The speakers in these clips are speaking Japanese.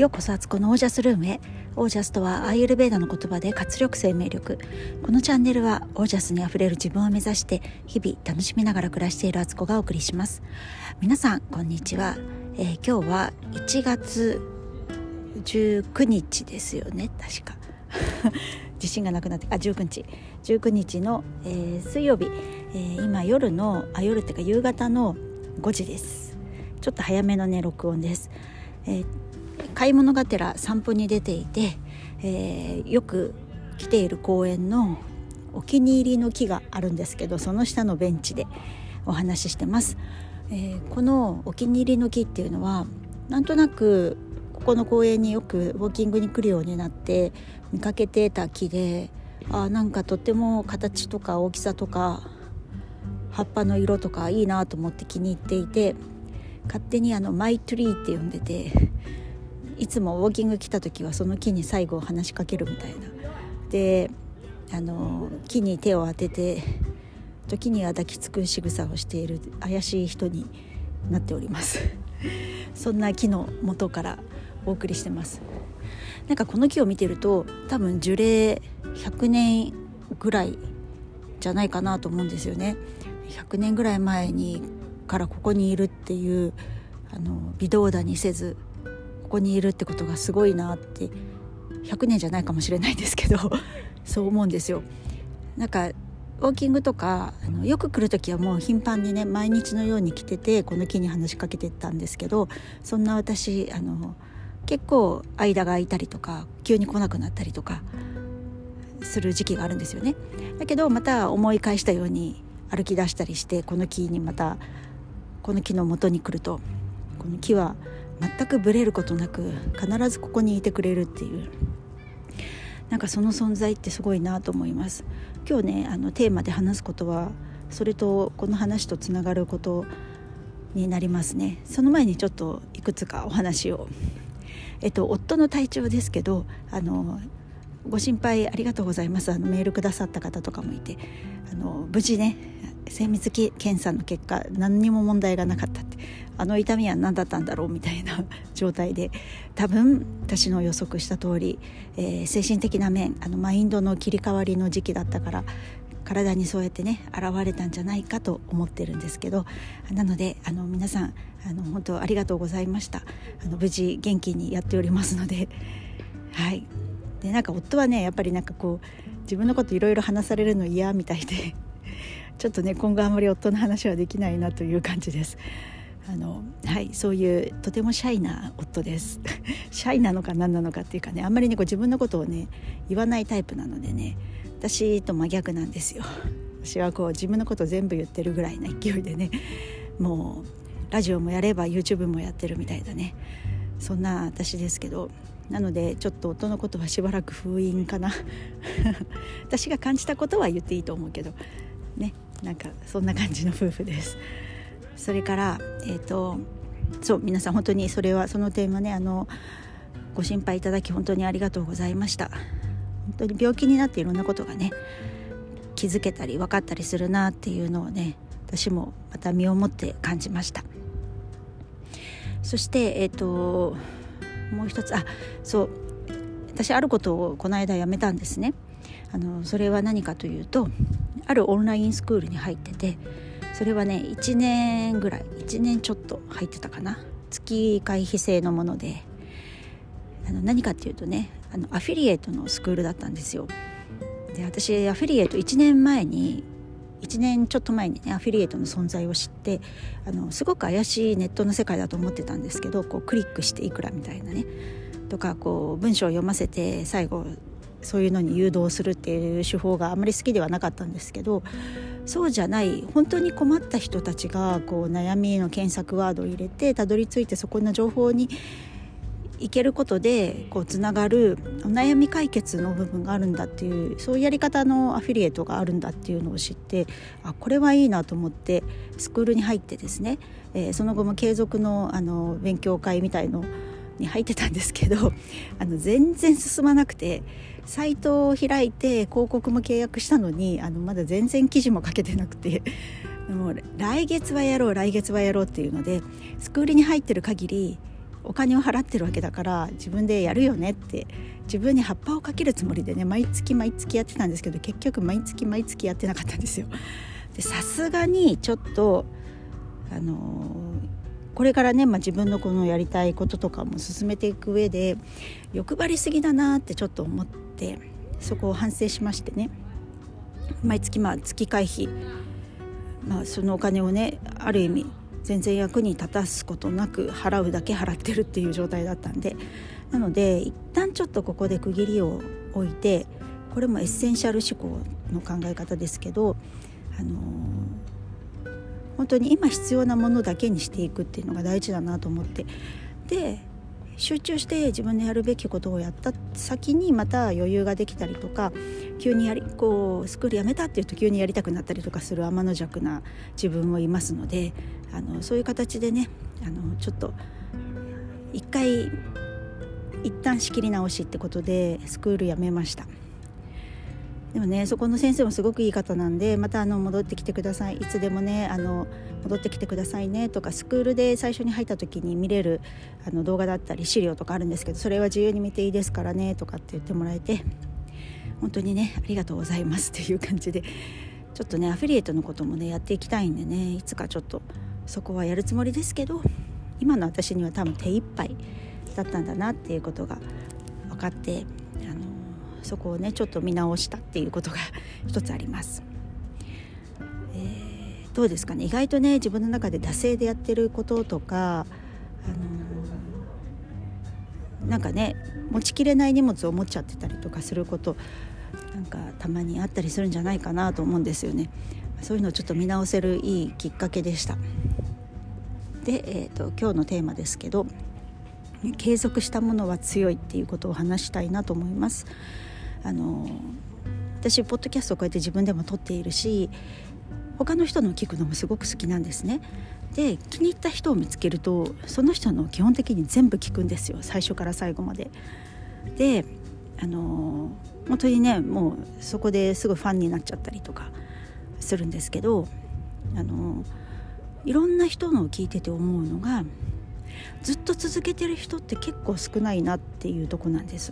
ようこそアツコのオージャスルームへ。オージャスとはアーユルヴェーダの言葉で活力、生命力。このチャンネルはオージャスにあふれる自分を目指して日々楽しみながら暮らしているアツコがお送りします。皆さんこんにちは。今日は1月19日ですよね、確か自信がなくなって19日の、水曜日、今夜っていうか夕方の5時です。ちょっと早めのね録音です。買い物がてら散歩に出ていて、よく来ている公園のお気に入りの木があるんですけど、その下のベンチでお話ししてます。このお気に入りの木っていうのはなんとなくここの公園によくウォーキングに来るようになって見かけてた木で、なんかとっても形とか大きさとか葉っぱの色とかいいなと思って気に入っていて、勝手にマイトゥリーって呼んでて、いつもウォーキング来た時はその木に最後話しかけるみたいなで、木に手を当てて時には抱きつく仕草をしている怪しい人になっておりますそんな木の元からお送りしてます。なんかこの木を見てると多分樹齢100年ぐらいじゃないかなと思うんですよね。100年ぐらい前にからここにいるっていう微動だにせずここにいるってことがすごいなって、100年じゃないかもしれないですけどそう思うんですよ。なんかウォーキングとかよく来るときはもう頻繁にね毎日のように来ててこの木に話しかけてたんですけど、そんな私結構間が空いたりとか急に来なくなったりとかする時期があるんですよね。だけどまた思い返したように歩き出したりして、この木の元に来るとこの木は全くブレることなく必ずここにいてくれるっていう、なんかその存在ってすごいなと思います。今日ねテーマで話すことはそれとこの話とつながることになりますね。その前にちょっといくつかお話を、夫の体調ですけどご心配ありがとうございます。メールくださった方とかもいて無事ね精密検査の結果何にも問題がなかったって、痛みは何だったんだろうみたいな状態で、多分私の予測した通り、精神的な面マインドの切り替わりの時期だったから体にそうやってね現れたんじゃないかと思ってるんですけど、なので皆さん本当ありがとうございました。無事元気にやっておりますので、はい。でなんか夫はねやっぱりなんかこう自分のこといろいろ話されるの嫌みたいでちょっとね今後あんまり夫の話はできないなという感じです。はい、そういうとてもシャイな夫ですシャイなのか何なのかっていうかね、あんまりねこう自分のことをね言わないタイプなのでね、私と真逆なんですよ。私はこう自分のこと全部言ってるぐらいな勢いでね、もうラジオもやれば YouTube もやってるみたいだね、そんな私ですけど、なのでちょっと夫のことはしばらく封印かな私が感じたことは言っていいと思うけどね、なんかそんな感じの夫婦です。それからそう皆さん本当にそのテーマねご心配いただき本当にありがとうございました。本当に病気になっていろんなことがね気づけたり分かったりするなっていうのをね私もまた身をもって感じました。そしてもう一つ私あることをこの間やめたんですね。それは何かというと、あるオンラインスクールに入ってて、それはね1年ちょっと入ってたかな、月会費制のもので、何かっていうとねアフィリエイトのスクールだったんですよ。で私アフィリエイト1年ちょっと前にねアフィリエイトの存在を知って、すごく怪しいネットの世界だと思ってたんですけど、こうクリックしていくらみたいなねとか、こう文章を読ませて最後そういうのに誘導するっていう手法があまり好きではなかったんですけど、そうじゃない本当に困った人たちがこう悩みの検索ワードを入れてたどり着いてそこの情報にいけることでこうつながるお悩み解決の部分があるんだっていう、そういうやり方のアフィリエイトがあるんだっていうのを知って、これはいいなと思ってスクールに入ってですね、その後も継続の勉強会みたいのに入ってたんですけど全然進まなくて、サイトを開いて広告も契約したのにまだ全然記事も書けてなくて、もう来月はやろうっていうのでスクールに入ってる限りお金を払ってるわけだから自分でやるよねって自分に葉っぱをかけるつもりでね毎月やってたんですけど、結局毎月やってなかったんですよ。でさすがにちょっとこれからね、自分のこのやりたいこととかも進めていく上で欲張りすぎだなってちょっと思って、そこを反省しましてね、毎月月会費、そのお金をねある意味全然役に立たすことなく払うだけ払ってるっていう状態だったんで、なので一旦ちょっとここで区切りを置いて、これもエッセンシャル思考の考え方ですけど、本当に今必要なものだけにしていくっていうのが大事だなと思って、で集中して自分のやるべきことをやった先にまた余裕ができたりとか、急にスクールやめたっていうと急にやりたくなったりとかする天の弱な自分もいますので、そういう形でねちょっと一旦仕切り直しってことでスクールやめました。でもね、そこの先生もすごくいい方なんで、また戻ってきてください、いつでもね戻ってきてくださいねとか、スクールで最初に入った時に見れる動画だったり資料とかあるんですけど、それは自由に見ていいですからねとかって言ってもらえて、本当にねありがとうございますっていう感じで、ちょっとねアフィリエイトのこともねやっていきたいんでね、いつかちょっとそこはやるつもりですけど、今の私には多分手一杯だったんだなっていうことが分かって、そこをねちょっと見直したっていうことが一つあります。どうですかね、意外とね自分の中で惰性でやってることとか、なんかね持ちきれない荷物を持っちゃってたりとかすることなんかたまにあったりするんじゃないかなと思うんですよね。そういうのをちょっと見直せるいいきっかけでした。で、今日のテーマですけど、継続したものは強いっていうことを話したいなと思います。私ポッドキャストをこうやって自分でも撮っているし、他の人の聞くのもすごく好きなんですね。で気に入った人を見つけるとその人の基本的に全部聞くんですよ、最初から最後まで。で本当にねもうそこですぐファンになっちゃったりとかするんですけど、いろんな人のを聞いてて思うのが、ずっと続けてる人って結構少ないなっていうとこなんです。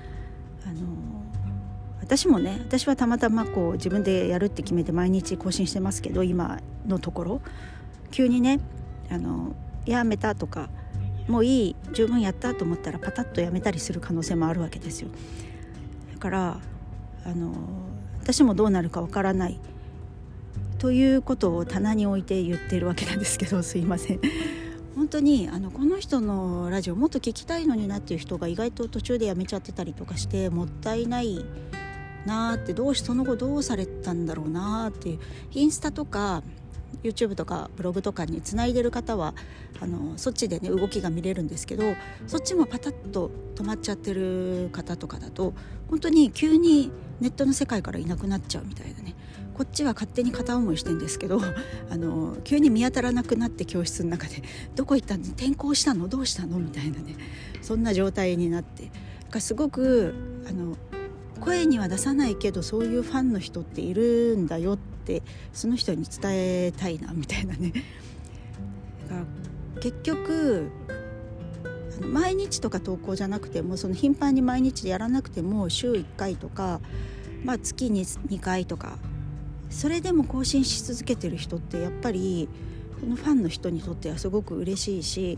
私はたまたま自分でやるって決めて毎日更新してますけど、今のところ急にねやめたとかもういい十分やったと思ったらパタッとやめたりする可能性もあるわけですよ。だから私もどうなるかわからないということを棚に置いて言ってるわけなんですけど、すいません。本当にこの人のラジオもっと聞きたいのになっていう人が意外と途中でやめちゃってたりとかしてもったいないなって、その後どうされたんだろうなっていう、インスタとか YouTube とかブログとかにつないでる方はそっちでね動きが見れるんですけど、そっちもパタッと止まっちゃってる方とかだと本当に急にネットの世界からいなくなっちゃうみたいなね、こっちは勝手に片思いしてるんですけど急に見当たらなくなって、教室の中でどこ行ったの、転校したの、どうしたのみたいなね、そんな状態になって、すごく声には出さないけどそういうファンの人っているんだよってその人に伝えたいなみたいなね。だから結局毎日とか投稿じゃなくても、その頻繁に毎日やらなくても週1回とか、月に2回とか、それでも更新し続けてる人ってやっぱりこのファンの人にとってはすごく嬉しいし、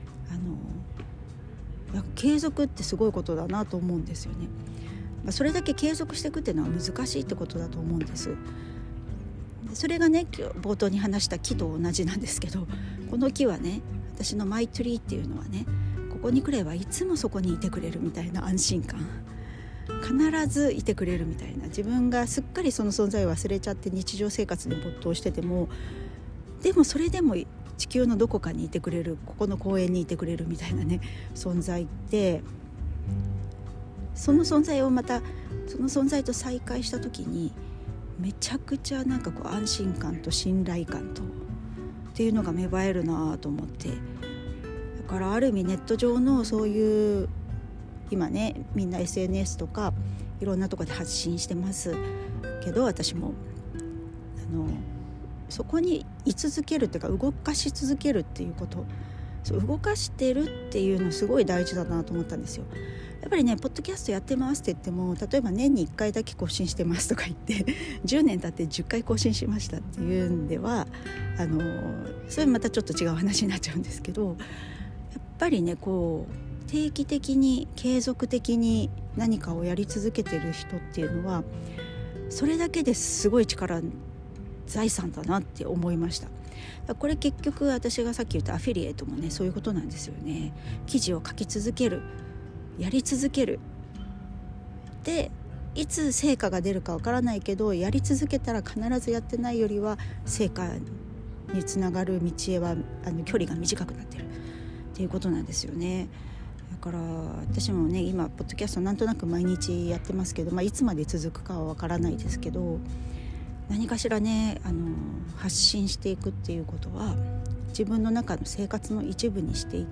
継続ってすごいことだなと思うんですよね。それだけ継続していくっていうのは難しいってことだと思うんです。それがね冒頭に話した木と同じなんですけど、この木はね私のマイトゥリーっていうのはね、ここに来ればいつもそこにいてくれるみたいな安心感、必ずいてくれるみたいな、自分がすっかりその存在を忘れちゃって日常生活に没頭してても、でもそれでも地球のどこかにいてくれる、ここの公園にいてくれるみたいなね存在って、その存在をまたその存在と再会した時にめちゃくちゃ安心感と信頼感とっていうのが芽生えるなと思って、だからある意味ネット上のそういう今ねみんな SNS とかいろんなところで発信してますけど、私もそこに居続けるっていうか動かし続けるっていうこと、 そう動かしてるっていうのすごい大事だなと思ったんですよ。やっぱりねポッドキャストやってますって言っても、例えば年に1回だけ更新してますとか言って10年経って10回更新しましたっていうんではそれまたちょっと違う話になっちゃうんですけど、やっぱりねこう定期的に継続的に何かをやり続けてる人っていうのはそれだけですごい財産だなって思いました。これ結局私がさっき言ったアフィリエイトもねそういうことなんですよね。記事を書き続ける、やり続けるで、いつ成果が出るかわからないけどやり続けたら必ずやってないよりは成果につながる道へは距離が短くなってるっていうことなんですよね。だから私もね今ポッドキャストなんとなく毎日やってますけど、いつまで続くかはわからないですけど、何かしらね発信していくっていうことは自分の中の生活の一部にしていって、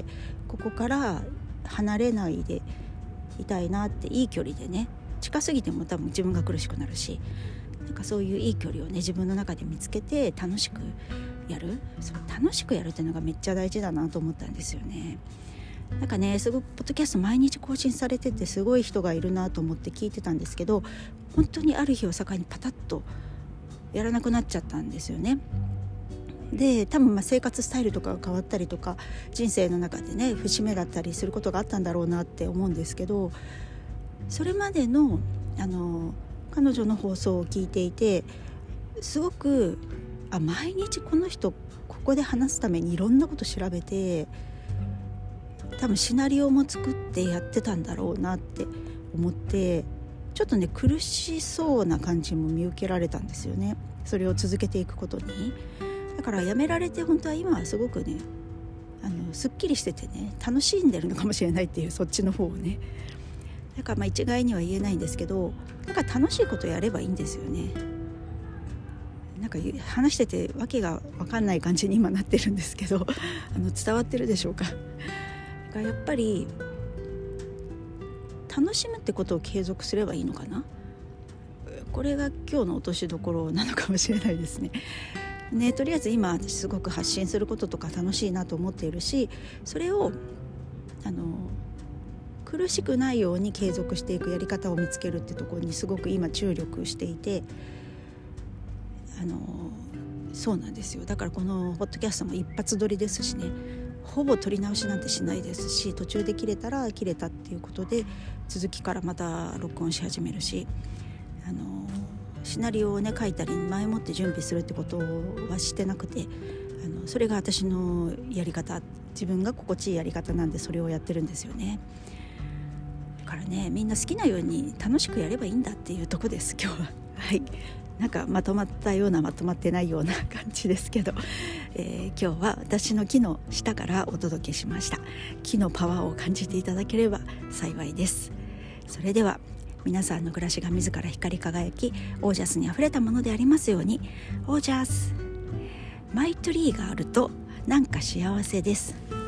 ここから離れないでいたいなって、いい距離でね、近すぎても多分自分が苦しくなるし、なんかそういういい距離をね自分の中で見つけて楽しくやる、楽しくやるっていうのがめっちゃ大事だなと思ったんですよね。なんかねすごくポッドキャスト毎日更新されててすごい人がいるなと思って聞いてたんですけど、本当にある日を境にパタッとやらなくなっちゃったんですよね。で多分生活スタイルとかが変わったりとか人生の中でね節目だったりすることがあったんだろうなって思うんですけど、それまでの彼女の放送を聞いていてすごく毎日この人ここで話すためにいろんなこと調べて多分シナリオも作ってやってたんだろうなって思って、ちょっとね苦しそうな感じも見受けられたんですよね、それを続けていくことに。だからやめられて本当は今はすごくねすっきりしててね楽しんでるのかもしれないっていう、そっちの方をね。だから一概には言えないんですけど、なんか楽しいことやればいいんですよね。なんか話しててわけが分かんない感じに今なってるんですけど伝わってるでしょうか。だからやっぱり楽しむってことを継続すればいいのかな。これが今日の落としどころなのかもしれないですね。とりあえず今私すごく発信することとか楽しいなと思っているし、それを苦しくないように継続していくやり方を見つけるってところにすごく今注力していて、そうなんですよ。だからこのポッドキャストも一発撮りですしね、ほぼ撮り直しなんてしないですし、途中で切れたら切れたっていうことで続きからまた録音し始めるし、シナリオをね書いたり前もって準備するってことはしてなくて、それが私のやり方、自分が心地いいやり方なんでそれをやってるんですよね。だからねみんな好きなように楽しくやればいいんだっていうとこです今日は。はい、なんかまとまったようなまとまってないような感じですけど、今日は私の木の下からお届けしました。木のパワーを感じていただければ幸いです。それでは皆さんの暮らしが自ら光り輝きオージャスにあふれたものでありますように。オージャス、マイトリーがあるとなんか幸せです。